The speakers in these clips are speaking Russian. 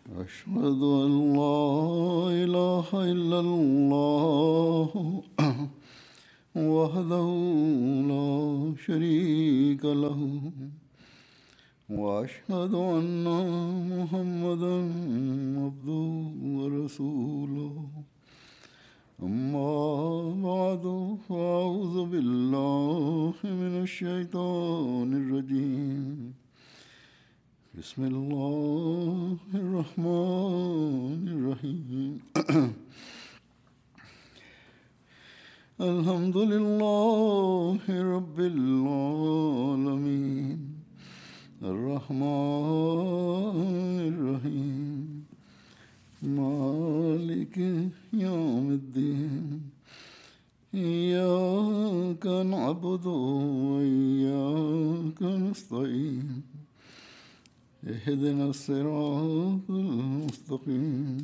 أشهد أن لا إله إلا الله وحده لا شريك له وأشهد أن محمدا عبده ورسوله أما بعد فأعوذ بالله من الشيطان الرجيم بسم الله الرحمن الرحيم الحمد لله رب العالمين الرحمن الرحيم مالك يوم الدين إياك نعبد وإياك نستعين اهدنا الصراط المستقيم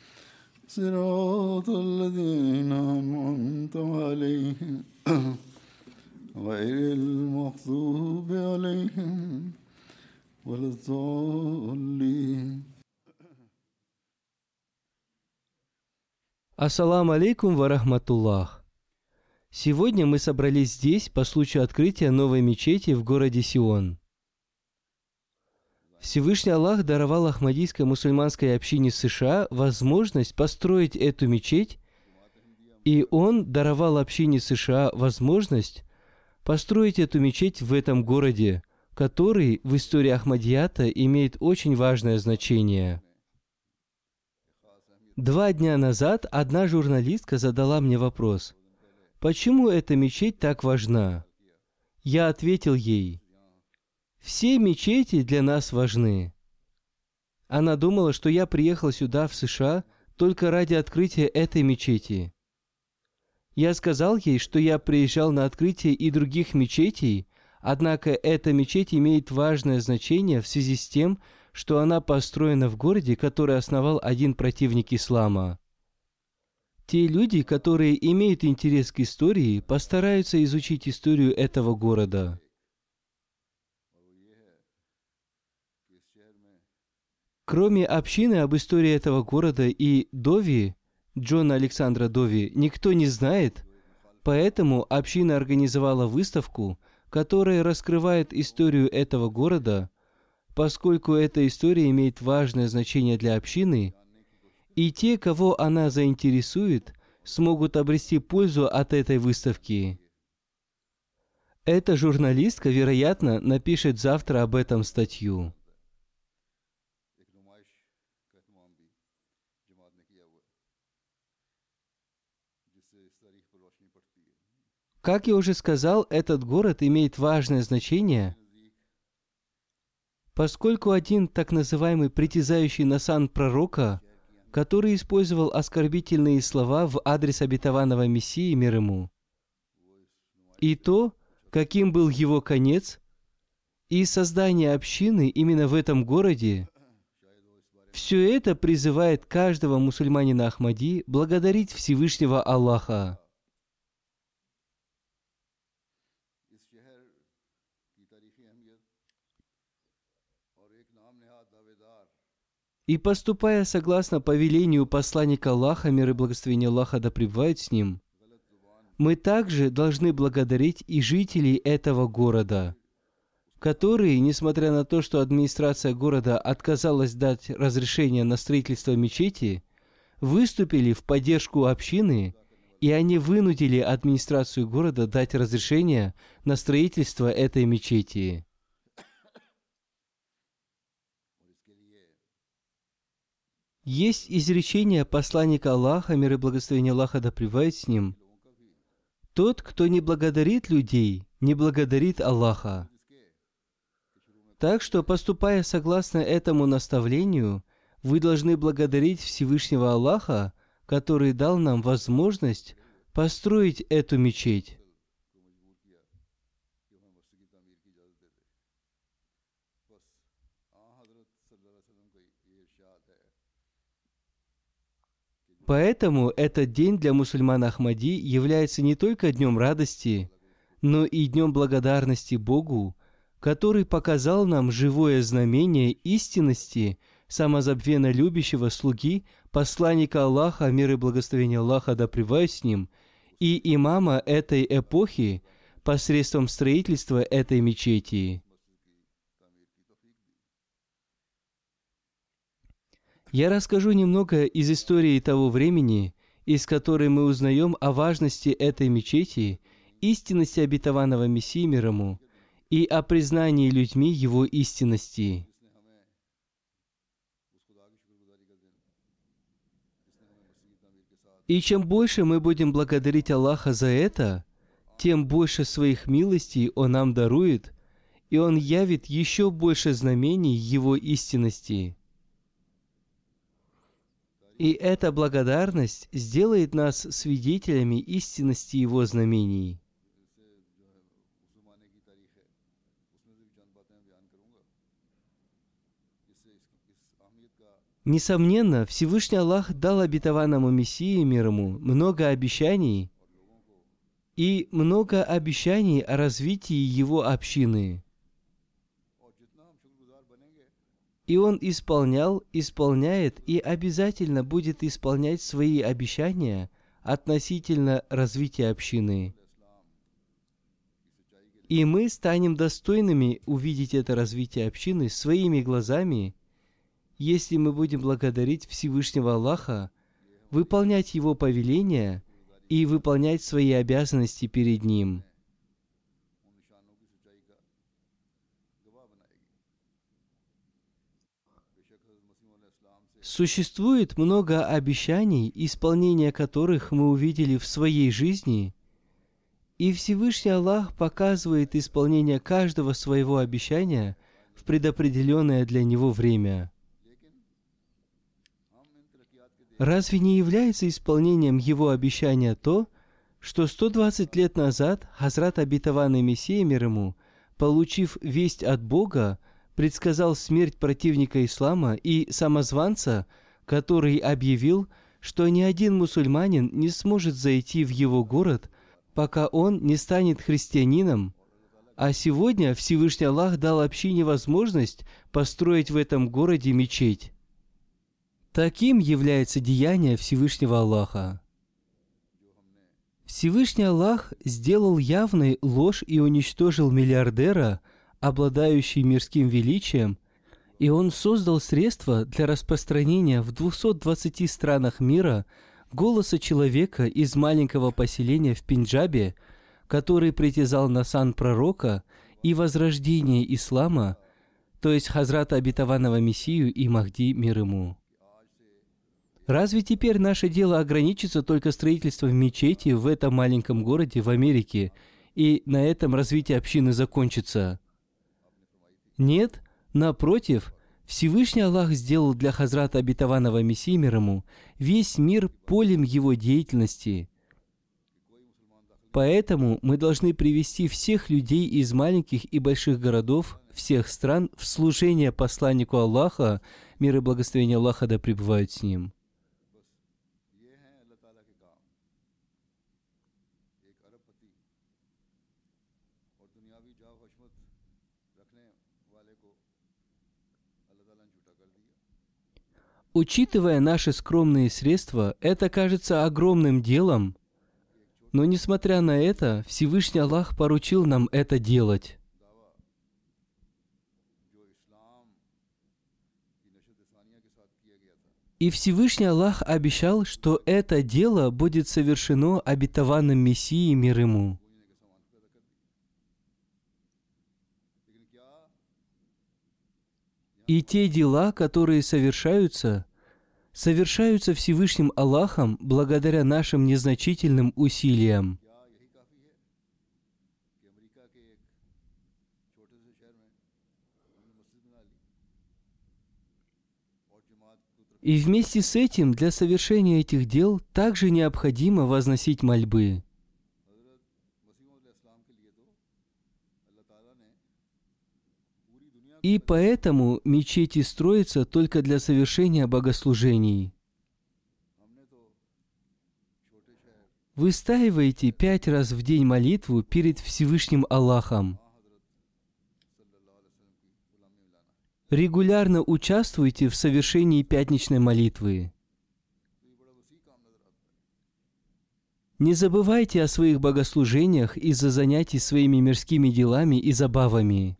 صراط الذين أنعمت عليهم غير المغضوب عليهم ولا الضالين. Ассаламу алейкум ва рахматуллах. Сегодня мы собрались здесь по случаю открытия новой мечети в городе Сион. Всевышний Аллах даровал Ахмадийской мусульманской общине США возможность построить эту мечеть, и Он даровал общине США возможность построить эту мечеть в этом городе, который в истории Ахмадията имеет очень важное значение. 2 дня назад одна журналистка задала мне вопрос: почему эта мечеть так важна? Я ответил ей: все мечети для нас важны. Она думала, что я приехал сюда, в США, только ради открытия этой мечети. Я сказал ей, что я приезжал на открытие и других мечетей, однако эта мечеть имеет важное значение в связи с тем, что она построена в городе, который основал один противник ислама. Те люди, которые имеют интерес к истории, постараются изучить историю этого города. Кроме общины об истории этого города и Дови, Джона Александра Дови, никто не знает, поэтому община организовала выставку, которая раскрывает историю этого города, поскольку эта история имеет важное значение для общины, и те, кого она заинтересует, смогут обрести пользу от этой выставки. Эта журналистка, вероятно, напишет завтра об этом статью. Как я уже сказал, этот город имеет важное значение, поскольку один так называемый притязающий на сан пророка, который использовал оскорбительные слова в адрес обетованного Мессии, мир ему, и то, каким был его конец, и создание общины именно в этом городе, все это призывает каждого мусульманина Ахмади благодарить Всевышнего Аллаха. И поступая согласно повелению посланника Аллаха, мир и благословение Аллаха да пребывают с ним, мы также должны благодарить и жителей этого города, которые, несмотря на то, что администрация города отказалась дать разрешение на строительство мечети, выступили в поддержку общины, и они вынудили администрацию города дать разрешение на строительство этой мечети. Есть изречение посланника Аллаха, мир и благословение Аллаха да пребывает с ним: «Тот, кто не благодарит людей, не благодарит Аллаха». Так что, поступая согласно этому наставлению, вы должны благодарить Всевышнего Аллаха, который дал нам возможность построить эту мечеть. Поэтому этот день для мусульман Ахмади является не только днем радости, но и днем благодарности Богу, который показал нам живое знамение истинности самозабвенно любящего слуги, посланника Аллаха, мир и благословение Аллаха да пребывают с ним, и имама этой эпохи посредством строительства этой мечети. Я расскажу немного из истории того времени, из которой мы узнаем о важности этой мечети, истинности обетованного Мессии мир ему и о признании людьми его истинности. И чем больше мы будем благодарить Аллаха за это, тем больше своих милостей Он нам дарует, и Он явит еще больше знамений Его истинности. И эта благодарность сделает нас свидетелями истинности Его знамений. Несомненно, Всевышний Аллах дал обетованному Мессии мир ему много обещаний о развитии его общины. И он исполняет и обязательно будет исполнять свои обещания относительно развития общины. И мы станем достойными увидеть это развитие общины своими глазами, если мы будем благодарить Всевышнего Аллаха, выполнять Его повеления и выполнять свои обязанности перед Ним. Существует много обещаний, исполнение которых мы увидели в своей жизни, и Всевышний Аллах показывает исполнение каждого своего обещания в предопределенное для него время. Разве не является исполнением его обещания то, что 120 лет назад Хазрат обетованный Мессия мир ему, получив весть от Бога, предсказал смерть противника ислама и самозванца, который объявил, что ни один мусульманин не сможет зайти в его город, пока он не станет христианином, а сегодня Всевышний Аллах дал общине возможность построить в этом городе мечеть. Таким является деяние Всевышнего Аллаха. Всевышний Аллах сделал явной ложь и уничтожил миллиардера, обладающий мирским величием, и он создал средства для распространения в 220 странах мира голоса человека из маленького поселения в Пенджабе, который притязал на сан пророка и возрождение ислама, то есть Хазрата обетованного Мессию и Махди мир ему. Разве теперь наше дело ограничится только строительством мечети в этом маленьком городе в Америке, и на этом развитие общины закончится? Нет, напротив, Всевышний Аллах сделал для Хазрата обетованного Мессии мир ему весь мир полем его деятельности. Поэтому мы должны привести всех людей из маленьких и больших городов всех стран в служение посланнику Аллаха, мир и благословение Аллаха да пребывают с ним. Учитывая наши скромные средства, это кажется огромным делом, но несмотря на это, Всевышний Аллах поручил нам это делать. И Всевышний Аллах обещал, что это дело будет совершено обетованным Мессией мир ему. И те дела, которые совершаются Всевышним Аллахом благодаря нашим незначительным усилиям. И вместе с этим для совершения этих дел также необходимо возносить мольбы. И поэтому мечети строятся только для совершения богослужений. Выстаивайте 5 раз в день молитву перед Всевышним Аллахом. Регулярно участвуйте в совершении пятничной молитвы. Не забывайте о своих богослужениях из-за занятий своими мирскими делами и забавами.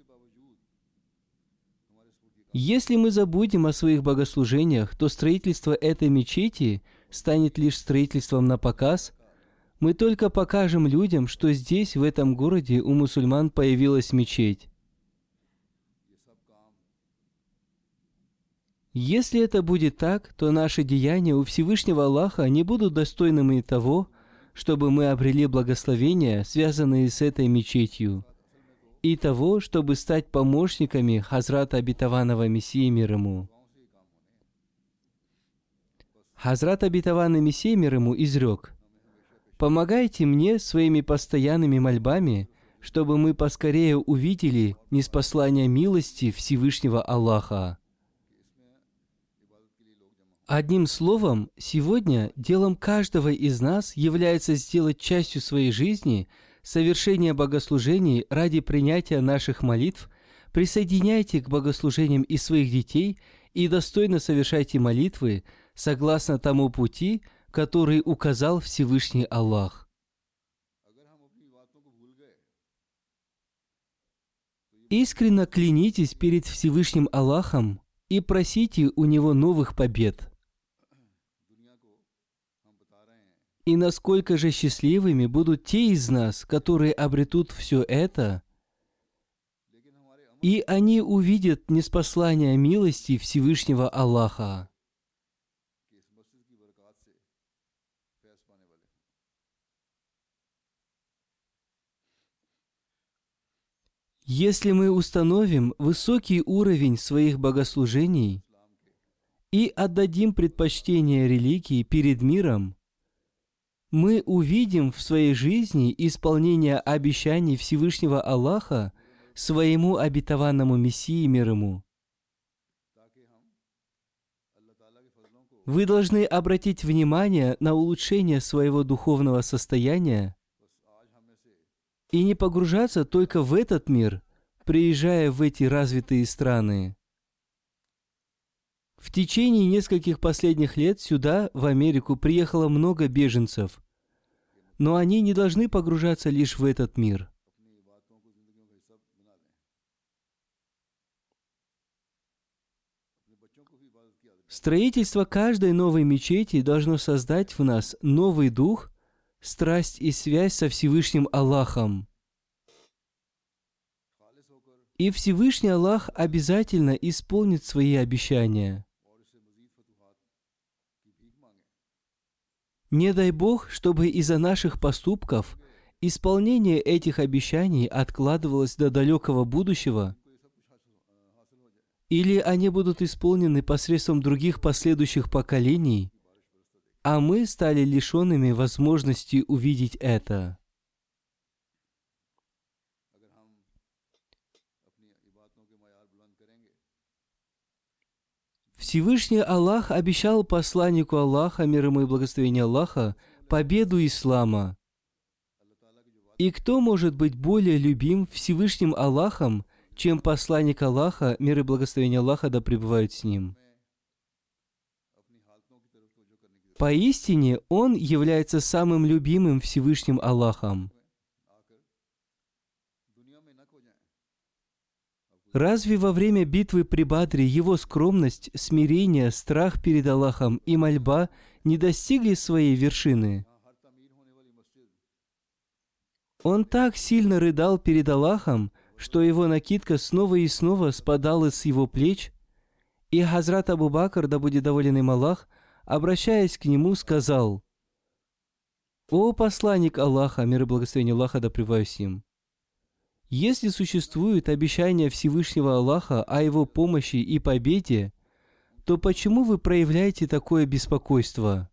Если мы забудем о своих богослужениях, то строительство этой мечети станет лишь строительством на показ. Мы только покажем людям, что здесь, в этом городе, у мусульман появилась мечеть. Если это будет так, то наши деяния у Всевышнего Аллаха не будут достойными того, чтобы мы обрели благословения, связанные с этой мечетью, и того, чтобы стать помощниками Хазрата Обетованного Мессии мир ему. Хазрат Обетованный Мессия мир ему изрек: «Помогайте мне своими постоянными мольбами, чтобы мы поскорее увидели ниспослание милости Всевышнего Аллаха». Одним словом, сегодня делом каждого из нас является сделать частью своей жизни совершение богослужений ради принятия наших молитв. Присоединяйте к богослужениям и своих детей и достойно совершайте молитвы согласно тому пути, который указал Всевышний Аллах. Искренне клянитесь перед Всевышним Аллахом и просите у Него новых побед. И насколько же счастливыми будут те из нас, которые обретут все это, и они увидят ниспослание милости Всевышнего Аллаха. Если мы установим высокий уровень своих богослужений и отдадим предпочтение религии перед миром, мы увидим в своей жизни исполнение обещаний Всевышнего Аллаха своему обетованному Мессии мир ему. Вы должны обратить внимание на улучшение своего духовного состояния и не погружаться только в этот мир, приезжая в эти развитые страны. В течение нескольких последних лет сюда, в Америку, приехало много беженцев, но они не должны погружаться лишь в этот мир. Строительство каждой новой мечети должно создать в нас новый дух, страсть и связь со Всевышним Аллахом. И Всевышний Аллах обязательно исполнит свои обещания. Не дай Бог, чтобы из-за наших поступков исполнение этих обещаний откладывалось до далекого будущего, или они будут исполнены посредством других последующих поколений, а мы стали лишенными возможности увидеть это. Всевышний Аллах обещал посланнику Аллаха, мир ему и благословение Аллаха, победу ислама. И кто может быть более любим Всевышним Аллахом, чем посланник Аллаха, мир и благословение Аллаха да пребывают с ним? Поистине, он является самым любимым Всевышним Аллахом. Разве во время битвы при Бадре его скромность, смирение, страх перед Аллахом и мольба не достигли своей вершины? Он так сильно рыдал перед Аллахом, что его накидка снова и снова спадала с его плеч, и Хазрат Абу Бакр, да будет доволен им Аллах, обращаясь к нему, сказал: «О посланник Аллаха, мир и благословение Аллаха да пребывают с ним! Если существует обещание Всевышнего Аллаха о Его помощи и победе, то почему вы проявляете такое беспокойство?»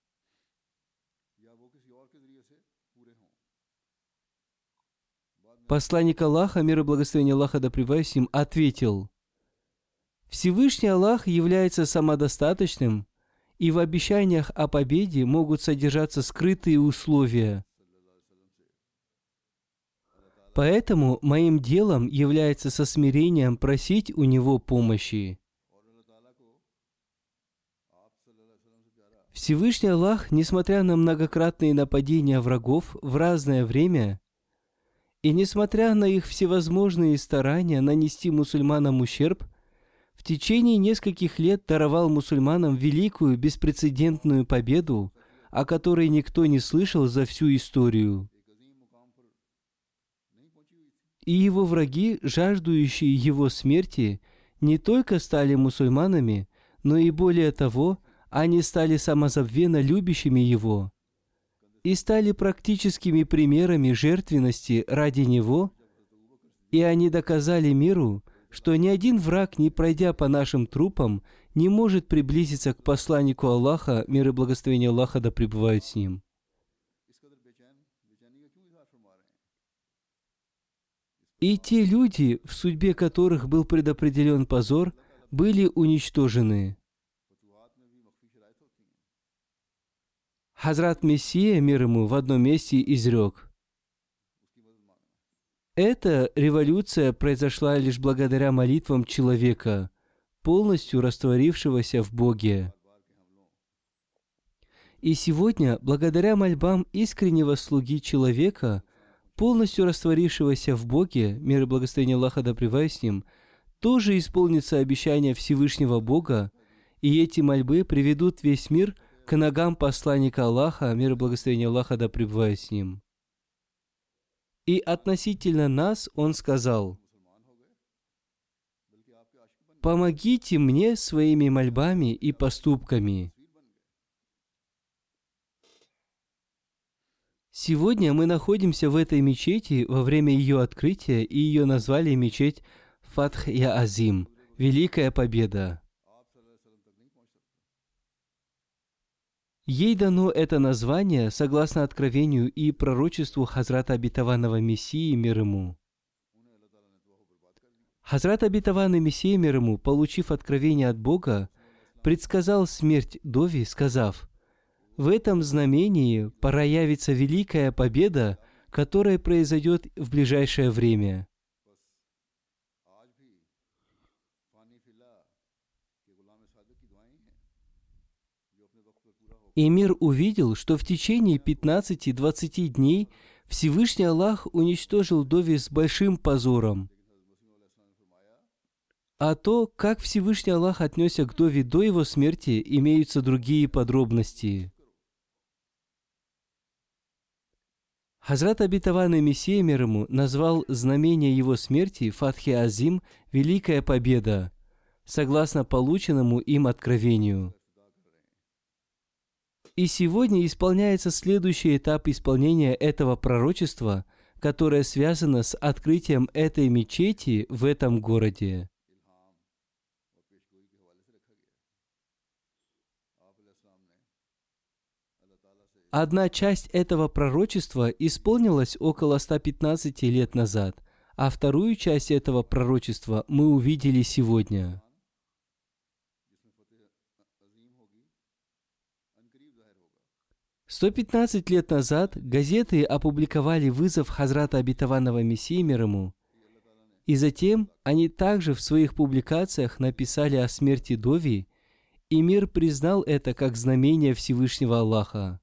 Посланник Аллаха, мир и благословение Аллаха да пребывают с ним, ответил: «Всевышний Аллах является самодостаточным, и в обещаниях о победе могут содержаться скрытые условия. Поэтому моим делом является со смирением просить у Него помощи. Всевышний Аллах, несмотря на многократные нападения врагов в разное время, и несмотря на их всевозможные старания нанести мусульманам ущерб, в течение нескольких лет даровал мусульманам великую беспрецедентную победу, о которой никто не слышал за всю историю. И его враги, жаждущие его смерти, не только стали мусульманами, но и более того, они стали самозабвенно любящими его и стали практическими примерами жертвенности ради него, и они доказали миру, что ни один враг, не пройдя по нашим трупам, не может приблизиться к посланнику Аллаха, мир и благословение Аллаха да пребывают с ним. И те люди, в судьбе которых был предопределен позор, были уничтожены. Хазрат Мессия, мир ему, в одном месте изрек: «Эта революция произошла лишь благодаря молитвам человека, полностью растворившегося в Боге. И сегодня, благодаря мольбам искреннего слуги человека, полностью растворившегося в Боге, мир и благословение Аллаха да пребывает с ним, тоже исполнится обещание Всевышнего Бога, и эти мольбы приведут весь мир к ногам посланника Аллаха, мир и благословение Аллаха да пребывает с ним». И относительно нас он сказал: «Помогите мне своими мольбами и поступками». Сегодня мы находимся в этой мечети во время ее открытия, и ее назвали мечеть Фатх-я-Азим, Великая Победа. Ей дано это название согласно откровению и пророчеству Хазрата Обетованного Мессии, мир ему. Хазрат Обетованный Мессия, мир ему, получив откровение от Бога, предсказал смерть Дови, сказав: «В этом знамении пора явится великая победа, которая произойдет в ближайшее время». И мир увидел, что в течение 15-20 дней Всевышний Аллах уничтожил Дови с большим позором. А то, как Всевышний Аллах отнесся к Дови до его смерти, имеются другие подробности. Хазрат Обетованный Мессия, мир ему, назвал знамение его смерти Фатх-и-Азим «Великая Победа», согласно полученному им откровению. И сегодня исполняется следующий этап исполнения этого пророчества, которое связано с открытием этой мечети в этом городе. Одна часть этого пророчества исполнилась около 115 лет назад, а вторую часть этого пророчества мы увидели сегодня. 115 лет назад газеты опубликовали вызов Хазрата Обетованного Мессии, мир ему, и затем они также в своих публикациях написали о смерти Дови, и мир признал это как знамение Всевышнего Аллаха.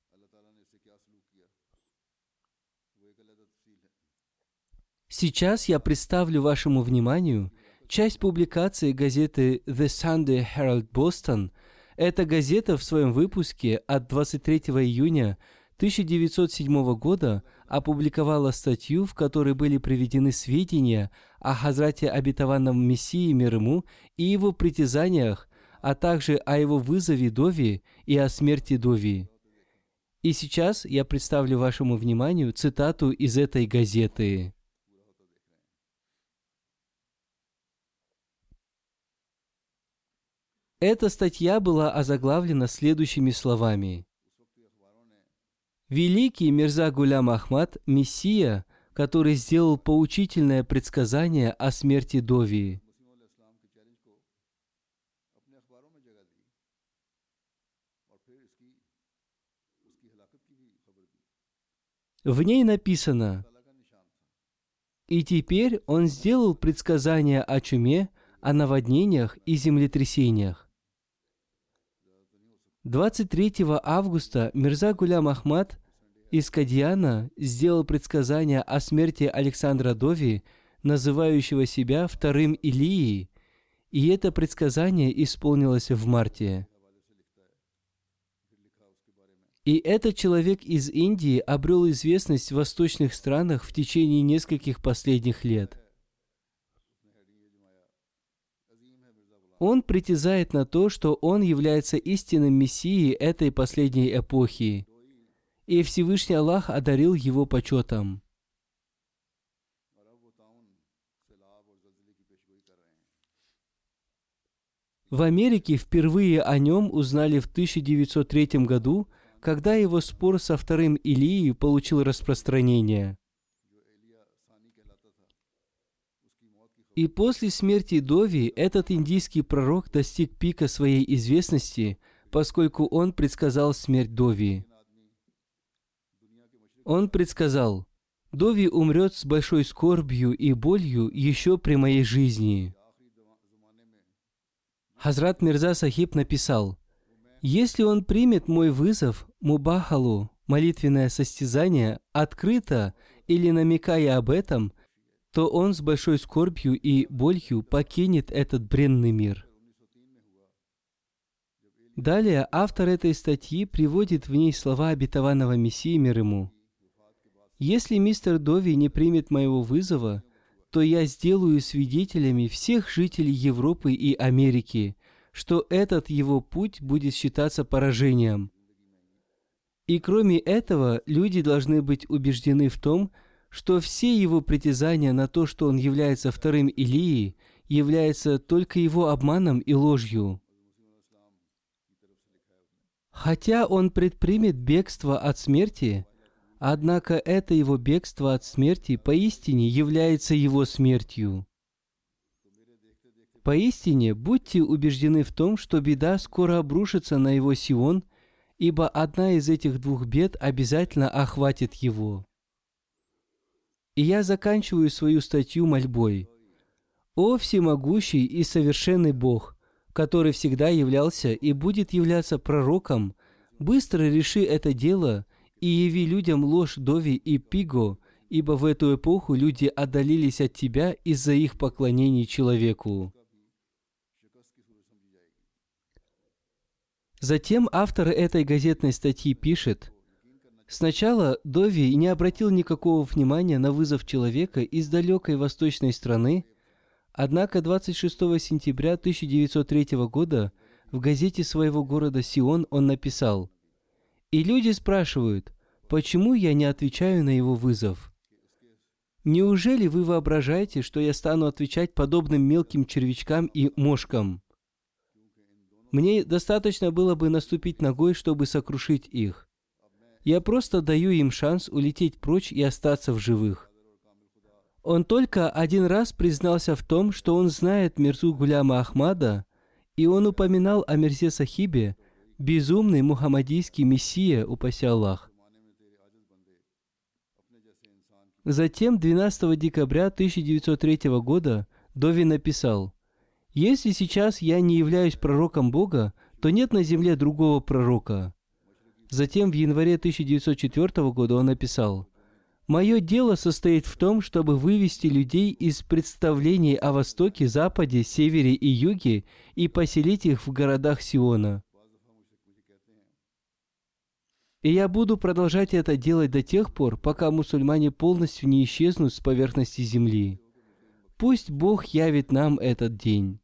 Сейчас я представлю вашему вниманию часть публикации газеты The Sunday Herald Boston. Эта газета в своем выпуске от 23 июня 1907 года опубликовала статью, в которой были приведены сведения о Хазрате Обетованном Мессии, мир ему, и его притязаниях, а также о его вызове Дови и о смерти Дови. И сейчас я представлю вашему вниманию цитату из этой газеты. Эта статья была озаглавлена следующими словами: «Великий Мирза Гулям Ахмад, Мессия, который сделал поучительное предсказание о смерти Дови». В ней написано: И теперь он сделал предсказания о чуме, о наводнениях и землетрясениях. 23 августа Мирза Гулям Ахмад из Кадьяна сделал предсказание о смерти Александра Дови, называющего себя вторым Илией, и это предсказание исполнилось в марте. И этот человек из Индии обрел известность в восточных странах в течение нескольких последних лет. Он притязает на то, что он является истинным мессией этой последней эпохи, и Всевышний Аллах одарил его почетом. В Америке впервые о нем узнали в 1903 году, когда его спор со вторым Илией получил распространение. И после смерти Дови этот индийский пророк достиг пика своей известности, поскольку он предсказал смерть Дови. Он предсказал: «Дови умрет с большой скорбью и болью еще при моей жизни». Хазрат Мирза Сахиб написал: «Если он примет мой вызов, мубахалу, молитвенное состязание, открыто или намекая об этом, то он с большой скорбью и болью покинет этот бренный мир». Далее автор этой статьи приводит в ней слова обетованного Мессии, мир ему: «Если мистер Дови не примет моего вызова, то я сделаю свидетелями всех жителей Европы и Америки, что этот его путь будет считаться поражением. И кроме этого, люди должны быть убеждены в том, что все его притязания на то, что он является вторым Илией, является только его обманом и ложью. Хотя он предпримет бегство от смерти, однако это его бегство от смерти поистине является его смертью. Поистине, будьте убеждены в том, что беда скоро обрушится на его Сион, ибо одна из этих двух бед обязательно охватит его. И я заканчиваю свою статью мольбой: «О всемогущий и совершенный Бог, который всегда являлся и будет являться пророком, быстро реши это дело и яви людям ложь Дови и Пиго, ибо в эту эпоху люди отдалились от Тебя из-за их поклонений человеку». Затем автор этой газетной статьи пишет: «Сначала Дови не обратил никакого внимания на вызов человека из далекой восточной страны, однако 26 сентября 1903 года в газете своего города Сион он написал: «И люди спрашивают, почему я не отвечаю на его вызов? Неужели вы воображаете, что я стану отвечать подобным мелким червячкам и мошкам? Мне достаточно было бы наступить ногой, чтобы сокрушить их. Я просто даю им шанс улететь прочь и остаться в живых». Он только один раз признался в том, что он знает Мирзу Гуляма Ахмада, и он упоминал о Мирзе Сахибе, безумный мухаммадийский мессия, упаси Аллах. Затем, 12 декабря 1903 года, Дови написал: «Если сейчас я не являюсь пророком Бога, то нет на земле другого пророка». Затем в январе 1904 года он написал: «Мое дело состоит в том, чтобы вывести людей из представлений о Востоке, Западе, Севере и Юге и поселить их в городах Сиона. И я буду продолжать это делать до тех пор, пока мусульмане полностью не исчезнут с поверхности земли. Пусть Бог явит нам этот день».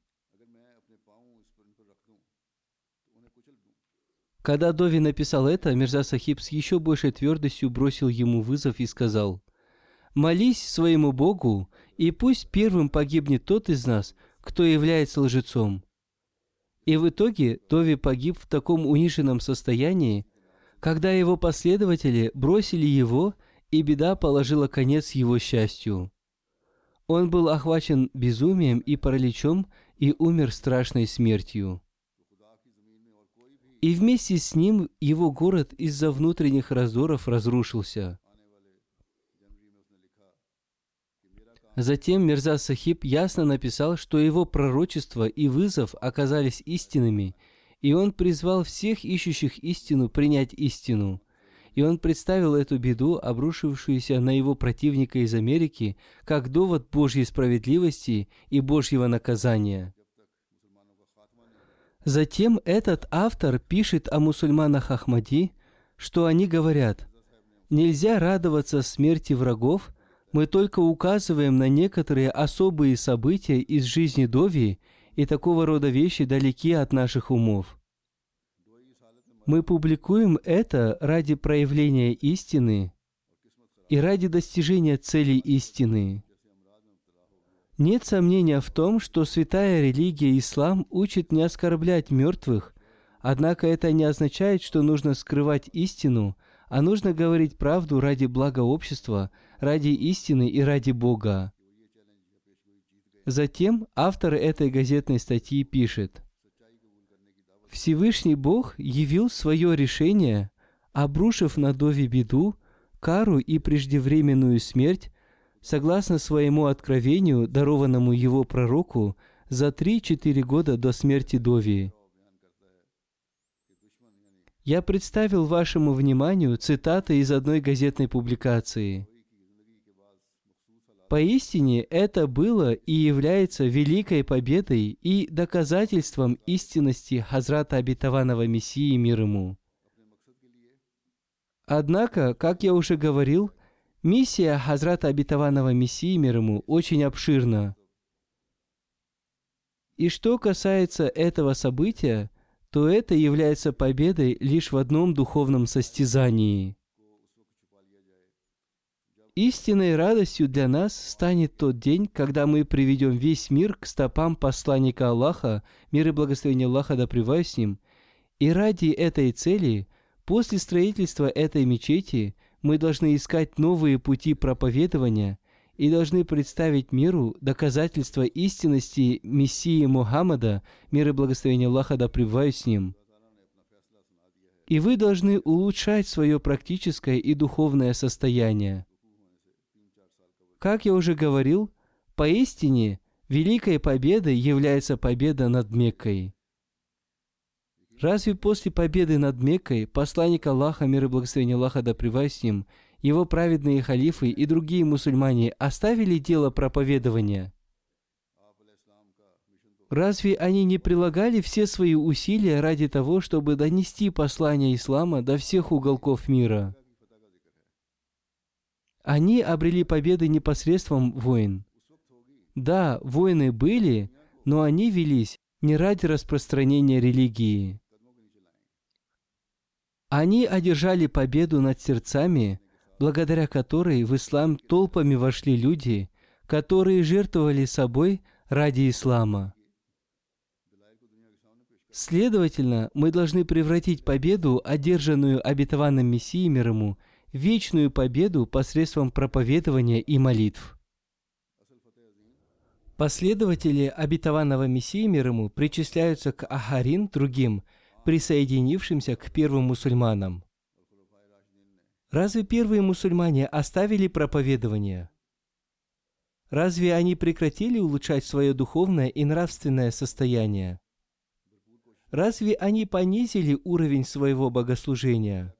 Когда Дови написал это, Мирза Сахиб с еще большей твердостью бросил ему вызов и сказал: «Молись своему Богу, и пусть первым погибнет тот из нас, кто является лжецом». И в итоге Дови погиб в таком униженном состоянии, когда его последователи бросили его, и беда положила конец его счастью. Он был охвачен безумием и параличом и умер страшной смертью. И вместе с ним его город из-за внутренних раздоров разрушился. Затем Мирза Сахиб ясно написал, что его пророчество и вызов оказались истинными, и он призвал всех ищущих истину принять истину. И он представил эту беду, обрушившуюся на его противника из Америки, как довод Божьей справедливости и Божьего наказания. Затем этот автор пишет о мусульманах Ахмади, что они говорят: «Нельзя радоваться смерти врагов, мы только указываем на некоторые особые события из жизни Дови, и такого рода вещи далеки от наших умов. Мы публикуем это ради проявления истины и ради достижения целей истины. Нет сомнения в том, что святая религия ислам учит не оскорблять мертвых, однако это не означает, что нужно скрывать истину, а нужно говорить правду ради блага общества, ради истины и ради Бога». Затем автор этой газетной статьи пишет: «Всевышний Бог явил свое решение, обрушив на Дови беду, кару и преждевременную смерть, согласно своему откровению, дарованному его пророку, за 3-4 года до смерти Дови. Я представил вашему вниманию цитаты из одной газетной публикации. Поистине это было и является великой победой и доказательством истинности Хазрата Обетованного Мессии, мир ему. Однако, как я уже говорил, миссия Хазрата Обетованного Мессии, мир ему, очень обширна. И что касается этого события, то это является победой лишь в одном духовном состязании. Истинной радостью для нас станет тот день, когда мы приведем весь мир к стопам посланника Аллаха, мир и благословение Аллаха да пребывает с ним. И ради этой цели, после строительства этой мечети, мы должны искать новые пути проповедования и должны представить миру доказательства истинности Мессии Мухаммада, мир и благословение Аллаха да пребывает с ним. И вы должны улучшать свое практическое и духовное состояние. Как я уже говорил, поистине великой победой является победа над Меккой. Разве после победы над Меккой посланник Аллаха, мир и благословение Аллаха да пребывает с ним, его праведные халифы и другие мусульмане оставили дело проповедования? Разве они не прилагали все свои усилия ради того, чтобы донести послание ислама до всех уголков мира? Они обрели победы непосредством войн. Да, войны были, но они велись не ради распространения религии. Они одержали победу над сердцами, благодаря которой в ислам толпами вошли люди, которые жертвовали собой ради ислама. Следовательно, мы должны превратить победу, одержанную обетованным Мессией, мир ему, в вечную победу посредством проповедования и молитв. Последователи обетованного Мессии, мир ему, причисляются к Ахарин, другим, присоединившимся к первым мусульманам. Разве первые мусульмане оставили проповедование? Разве они прекратили улучшать свое духовное и нравственное состояние? Разве они понизили уровень своего богослужения?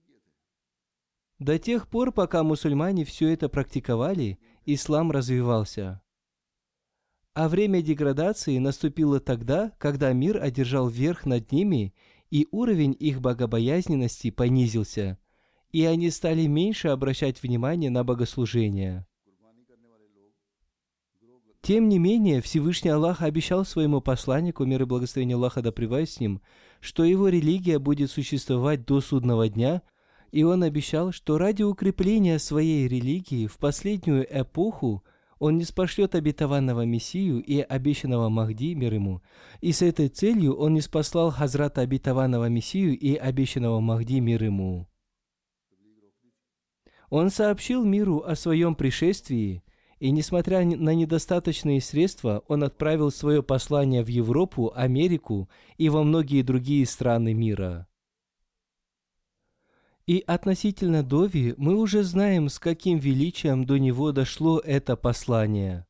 До тех пор, пока мусульмане все это практиковали, ислам развивался. А время деградации наступило тогда, когда мир одержал верх над ними, и уровень их богобоязненности понизился, и они стали меньше обращать внимание на богослужение. Тем не менее, Всевышний Аллах обещал своему посланнику, мир и благословение Аллаха да пребывает с ним, что его религия будет существовать до судного дня, и он обещал, что ради укрепления своей религии в последнюю эпоху он ниспошлет обетованного Мессию и обещанного Махди, мир ему, и с этой целью он ниспослал Хазрата обетованного Мессию и обещанного Махди, мир ему. Он сообщил миру о своем пришествии, и, несмотря на недостаточные средства, он отправил свое послание в Европу, Америку и во многие другие страны мира. И относительно Дови мы уже знаем, с каким величием до него дошло это послание.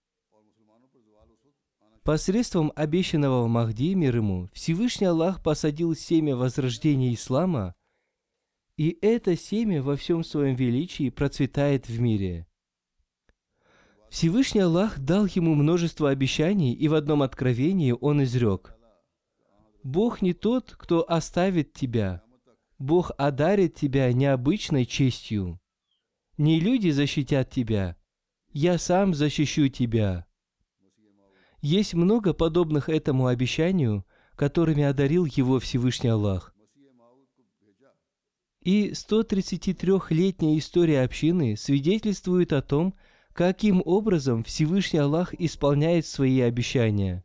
Посредством обещанного Махди, мир ему, Всевышний Аллах посадил семя возрождения ислама, и это семя во всем своем величии процветает в мире. Всевышний Аллах дал ему множество обещаний, и в одном откровении он изрек: «Бог не тот, кто оставит тебя. Бог одарит тебя необычной честью. Не люди защитят тебя. Я сам защищу тебя». Есть много подобных этому обещанию, которыми одарил его Всевышний Аллах. И 133-летняя история общины свидетельствует о том, каким образом Всевышний Аллах исполняет свои обещания.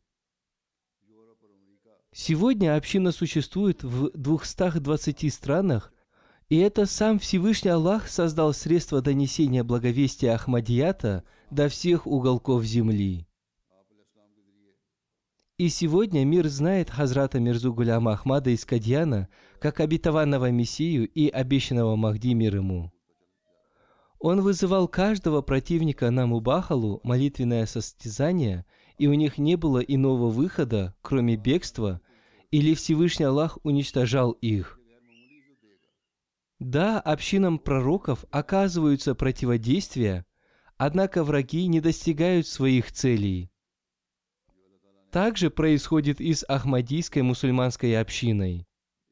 Сегодня община существует в 220 странах, и это сам Всевышний Аллах создал средства донесения благовестия Ахмадията до всех уголков земли. И сегодня мир знает Хазрата Мирзу Гуляма Ахмада из Кадьяна как обетованного Мессию и обещанного Махди, мир ему. Он вызывал каждого противника на Мубахалу, молитвенное состязание, и у них не было иного выхода, кроме бегства, или Всевышний Аллах уничтожал их. Да, общинам пророков оказываются противодействия, однако враги не достигают своих целей. Также происходит и с Ахмадийской мусульманской общиной.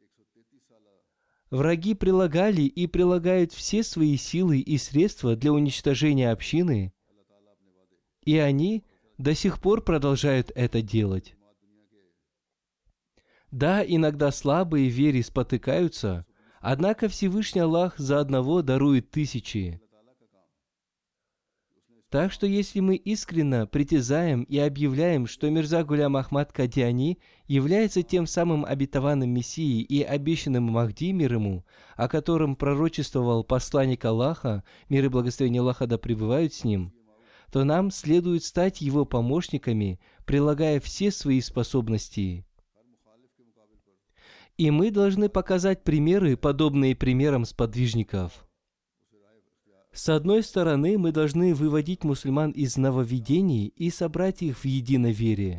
Враги прилагали и прилагают все свои силы и средства для уничтожения общины, и они до сих пор продолжают это делать. Да, иногда слабые в вере спотыкаются, однако Всевышний Аллах за одного дарует тысячи. Так что если мы искренне притязаем и объявляем, что Мирза Гулям Ахмад Кадиани является тем самым обетованным Мессией и обещанным Махди, мир ему, о котором пророчествовал посланник Аллаха, мир и благословение Аллаха да пребывают с ним, то нам следует стать его помощниками, прилагая все свои способности. И мы должны показать примеры, подобные примерам сподвижников. С одной стороны, мы должны выводить мусульман из нововведений и собрать их в единой вере.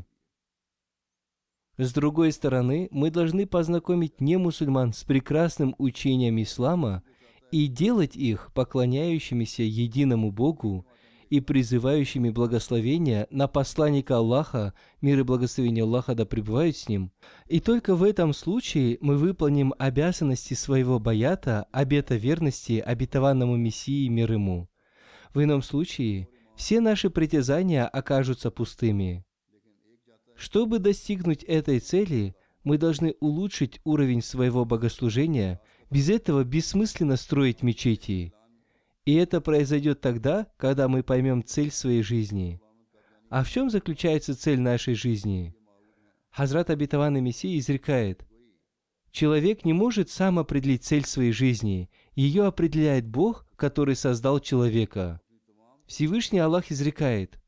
С другой стороны, мы должны познакомить немусульман с прекрасным учением ислама и делать их поклоняющимися единому Богу и призывающими благословения на посланника Аллаха, мир и благословение Аллаха да пребывают с ним. И только в этом случае мы выполним обязанности своего баята, обета верности обетованному Мессии, мир ему. В ином случае все наши притязания окажутся пустыми. Чтобы достигнуть этой цели, мы должны улучшить уровень своего богослужения, без этого бессмысленно строить мечети. И это произойдет тогда, когда мы поймем цель своей жизни. А в чем заключается цель нашей жизни? Хазрат обетованный Мессия изрекает: человек не может сам определить цель своей жизни, ее определяет Бог, который создал человека. Всевышний Аллах изрекает: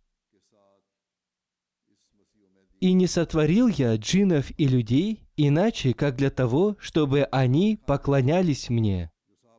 «И не сотворил я джиннов и людей, иначе, как для того, чтобы они поклонялись мне».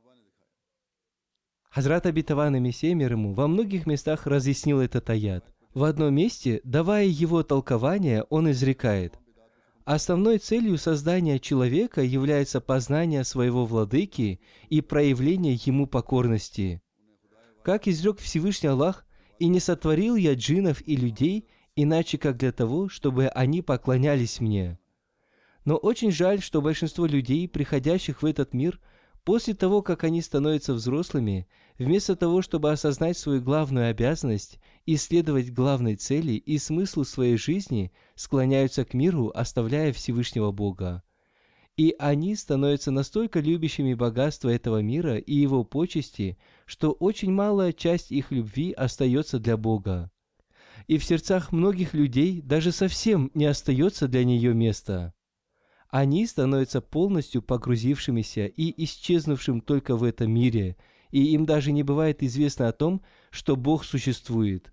Хазрат обетованный Мессия, мир ему, во многих местах разъяснил этот аят. В одном месте, давая его толкование, он изрекает: основной целью создания человека является познание своего владыки и проявление ему покорности. Как изрек Всевышний Аллах: «И не сотворил я джиннов и людей, иначе как для того, чтобы они поклонялись мне». Но очень жаль, что большинство людей, приходящих в этот мир, после того, как они становятся взрослыми, вместо того, чтобы осознать свою главную обязанность, исследовать главной цели и смыслу своей жизни, склоняются к миру, оставляя Всевышнего Бога. И они становятся настолько любящими богатства этого мира и его почести, что очень малая часть их любви остается для Бога. И в сердцах многих людей даже совсем не остается для нее места. Они становятся полностью погрузившимися и исчезнувшим только в этом мире, и им даже не бывает известно о том, что Бог существует.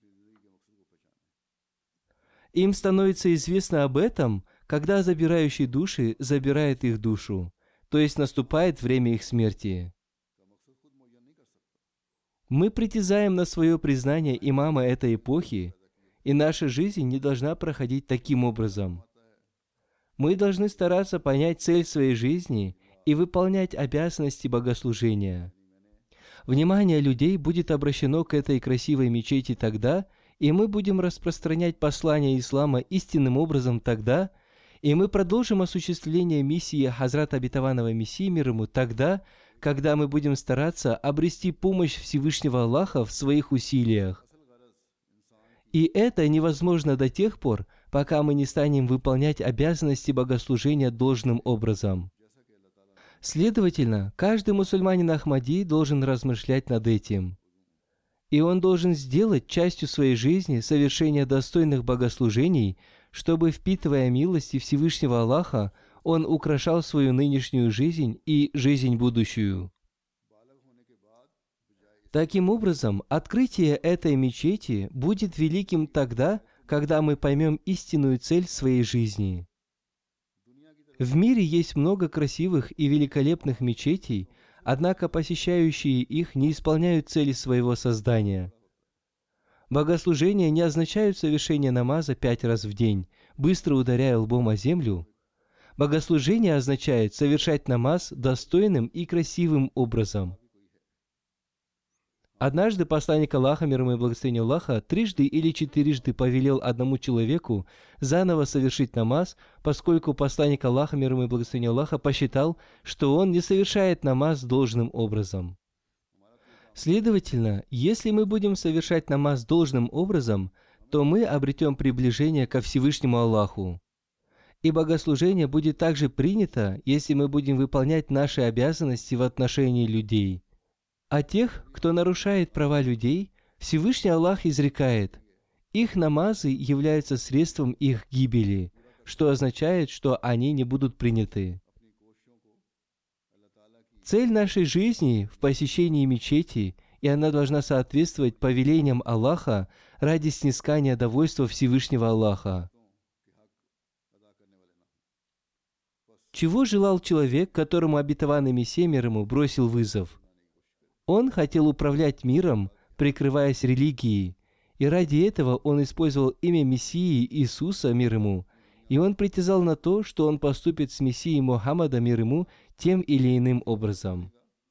Им становится известно об этом, когда забирающий души забирает их душу. то есть наступает время их смерти. Мы притязаем на свое признание имама этой эпохи, и наша жизнь не должна проходить таким образом. Мы должны стараться понять цель своей жизни и выполнять обязанности богослужения. Внимание людей будет обращено к этой красивой мечети тогда, и мы будем распространять послание ислама истинным образом тогда, и мы продолжим осуществление миссии Хазрата Обетованного Мессии мир ему тогда, когда мы будем стараться обрести помощь Всевышнего Аллаха в своих усилиях. И это невозможно до тех пор, пока мы не станем выполнять обязанности богослужения должным образом. Следовательно, каждый мусульманин Ахмади должен размышлять над этим. И он должен сделать частью своей жизни совершение достойных богослужений, чтобы, впитывая милости Всевышнего Аллаха, он украшал свою нынешнюю жизнь и жизнь будущую. Таким образом, открытие этой мечети будет великим тогда, когда мы поймем истинную цель своей жизни. В мире есть много красивых и великолепных мечетей, однако посещающие их не исполняют цели своего создания. Богослужения не означают совершение намаза 5 раз в день, быстро ударяя лбом о землю. Богослужение означает совершать намаз достойным и красивым образом. Однажды посланник Аллаха, мир ему и благословение Аллаха, 3 или 4 повелел одному человеку заново совершить намаз, поскольку посланник Аллаха, мир ему и благословение Аллаха, посчитал, что он не совершает намаз должным образом. Следовательно, если мы будем совершать намаз должным образом, то мы обретем приближение ко Всевышнему Аллаху. И богослужение будет также принято, если мы будем выполнять наши обязанности в отношении людей. А тех, кто нарушает права людей, Всевышний Аллах изрекает: их намазы являются средством их гибели, что означает, что они не будут приняты. Цель нашей жизни в посещении мечети, и она должна соответствовать повелениям Аллаха ради снискания довольства Всевышнего Аллаха. Чего желал человек, которому обетованный Мессия мир ему бросил вызов? Он хотел управлять миром, прикрываясь религией, и ради этого он использовал имя Мессии Иисуса мир ему, и он притязал на то, что он поступит с Мессией Мухаммада мир ему тем или иным образом.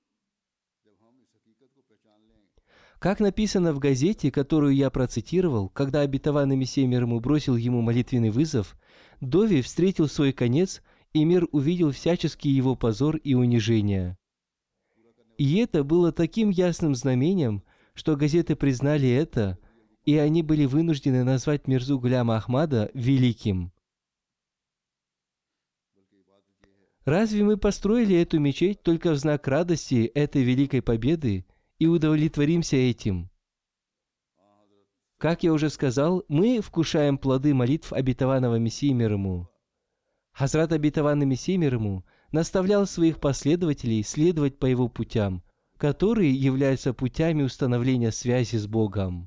Как написано в газете, которую я процитировал, когда обетованный Мессия мир ему бросил ему молитвенный вызов, Дови встретил свой конец, и мир увидел всяческий его позор и унижение. И это было таким ясным знамением, что газеты признали это, и они были вынуждены назвать Мирзу Гуляма Ахмада великим. Разве мы построили эту мечеть только в знак радости этой великой победы и удовлетворимся этим? Как я уже сказал, мы вкушаем плоды молитв обетованного Мессии мир ему. Хазрат обетованный Мессия мир ему наставлял своих последователей следовать по его путям, которые являются путями установления связи с Богом.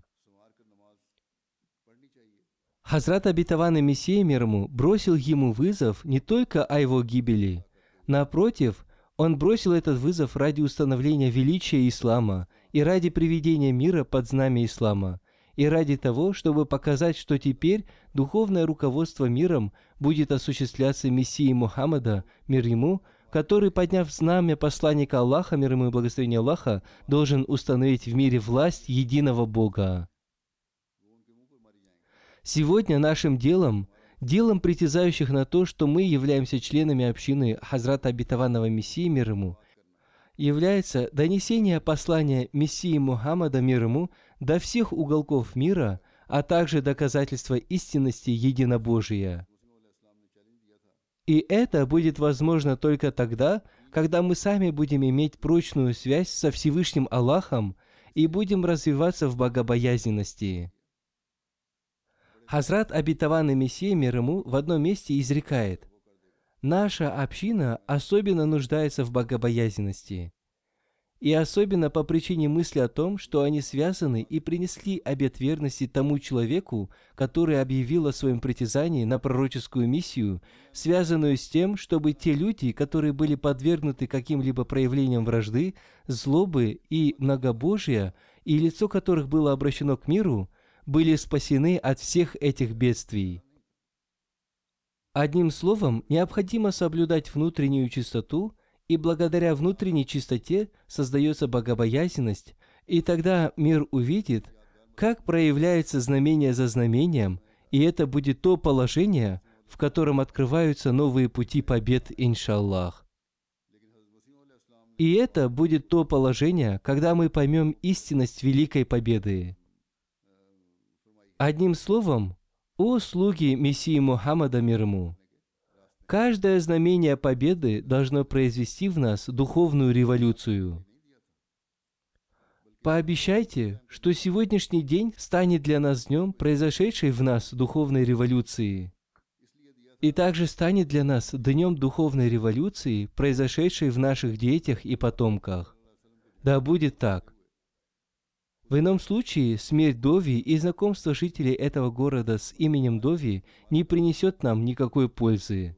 Хазрат обетованный Мессия мир ему бросил ему вызов не только о его гибели. Напротив, он бросил этот вызов ради установления величия ислама и ради приведения мира под знамя ислама, и ради того, чтобы показать, что теперь духовное руководство миром будет осуществляться Мессией Мухаммада, мир ему, который, подняв знамя посланника Аллаха, мир ему и благословение Аллаха, должен установить в мире власть единого Бога. Сегодня нашим делом притязающих на то, что мы являемся членами общины Хазрата обетованного Мессии мир ему, является донесение послания Мессии Мухаммада мир ему до всех уголков мира, а также доказательство истинности единобожия. И это будет возможно только тогда, когда мы сами будем иметь прочную связь со Всевышним Аллахом и будем развиваться в богобоязненности. Хазрат обетованный Мессия мир ему в одном месте изрекает: «Наша община особенно нуждается в богобоязненности. и особенно по причине мысли о том, что они связаны и принесли обет верности тому человеку, который объявил о своем притязании на пророческую миссию, связанную с тем, чтобы те люди, которые были подвергнуты каким-либо проявлениям вражды, злобы и многобожия, и лицо которых было обращено к миру, были спасены от всех этих бедствий. Одним словом, необходимо соблюдать внутреннюю чистоту, и благодаря внутренней чистоте создается богобоязненность, и тогда мир увидит, как проявляется знамение за знамением, и это будет то положение, в котором открываются новые пути побед, иншаллах. И это будет то положение, когда мы поймем истинность великой победы. Одним словом, о слуги Мессии Мухаммада мир ему, каждое знамение победы должно произвести в нас духовную революцию. Пообещайте, что сегодняшний день станет для нас днем произошедшей в нас духовной революции, и также станет для нас днем духовной революции, произошедшей в наших детях и потомках. Да будет так. В ином случае смерть Дови и знакомство жителей этого города с именем Дови не принесет нам никакой пользы.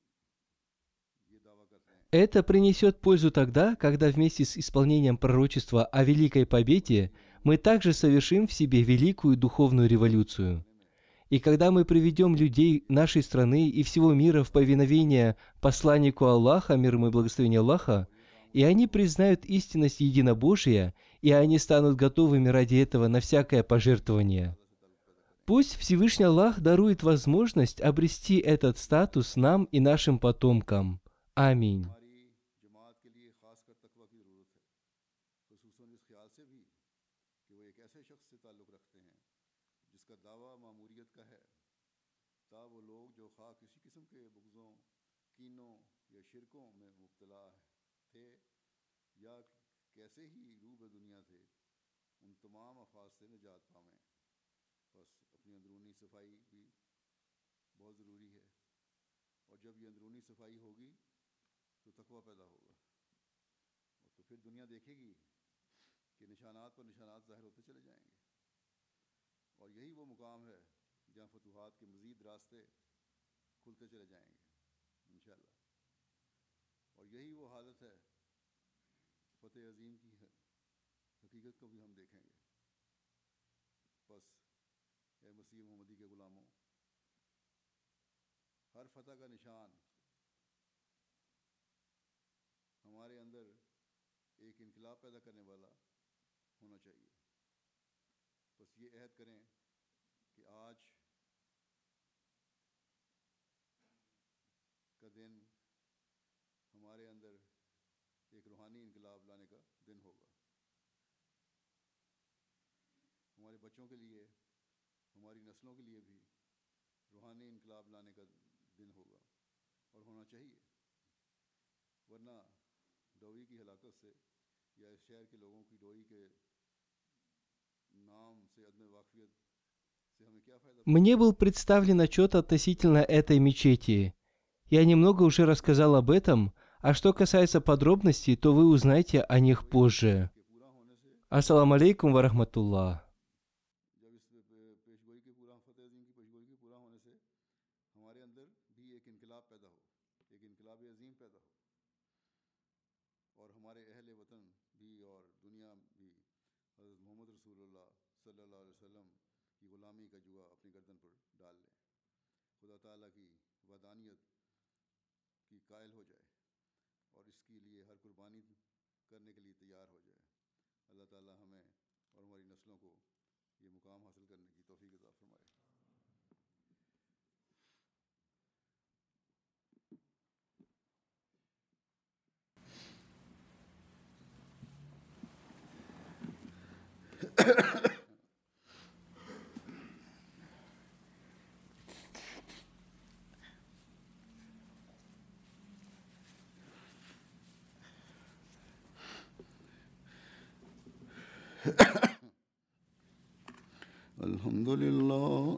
Это принесет пользу тогда, когда вместе с исполнением пророчества о Великой Победе мы также совершим в себе великую духовную революцию. И когда мы приведем людей нашей страны и всего мира в повиновение посланнику Аллаха, мир ему и благословение Аллаха, и они признают истинность единобожия, и они станут готовыми ради этого на всякое пожертвование. Пусть Всевышний Аллах дарует возможность обрести этот статус нам и нашим потомкам. Аминь. Мне был представлен отчет относительно этой мечети. Я немного уже рассказал об этом, а что касается подробностей, то вы узнаете о них позже. Ассаламу алейкум ва рахматуллах. Alhamdulillah.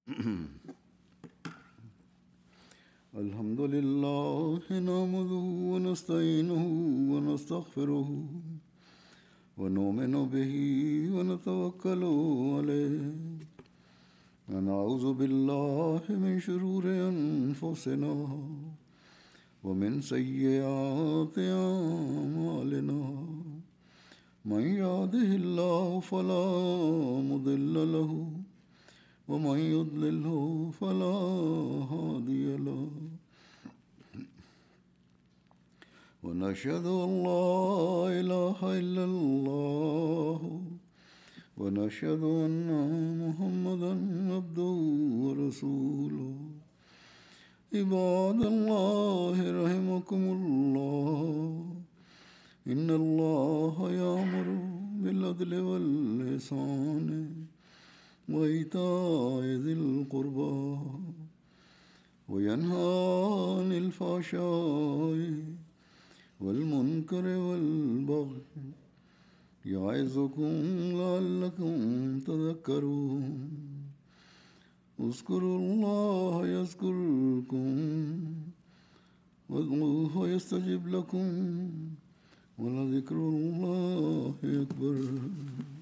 الحمد لله نحمده ونستعينه ونستغفره ونؤمن به ونتوكل عليه ونعوذ بالله من شرور أنفسنا ومن سيئات أعمالنا من يهده الله فلا مضل له ومن يضلله فلا هادي له ونشهد أن لا إله إلا الله ونشهد أن محمدا عبده ورسوله عباد الله رحمكم الله إن الله يأمر بالعدل والإحسان وإيتاء ذي القربى وينهى عن الفحشاء والمنكر والبغي يعظكم لعلكم تذكرون اذكروا الله يذكركم وادعوه يستجب لكم ولذكر الله أكبر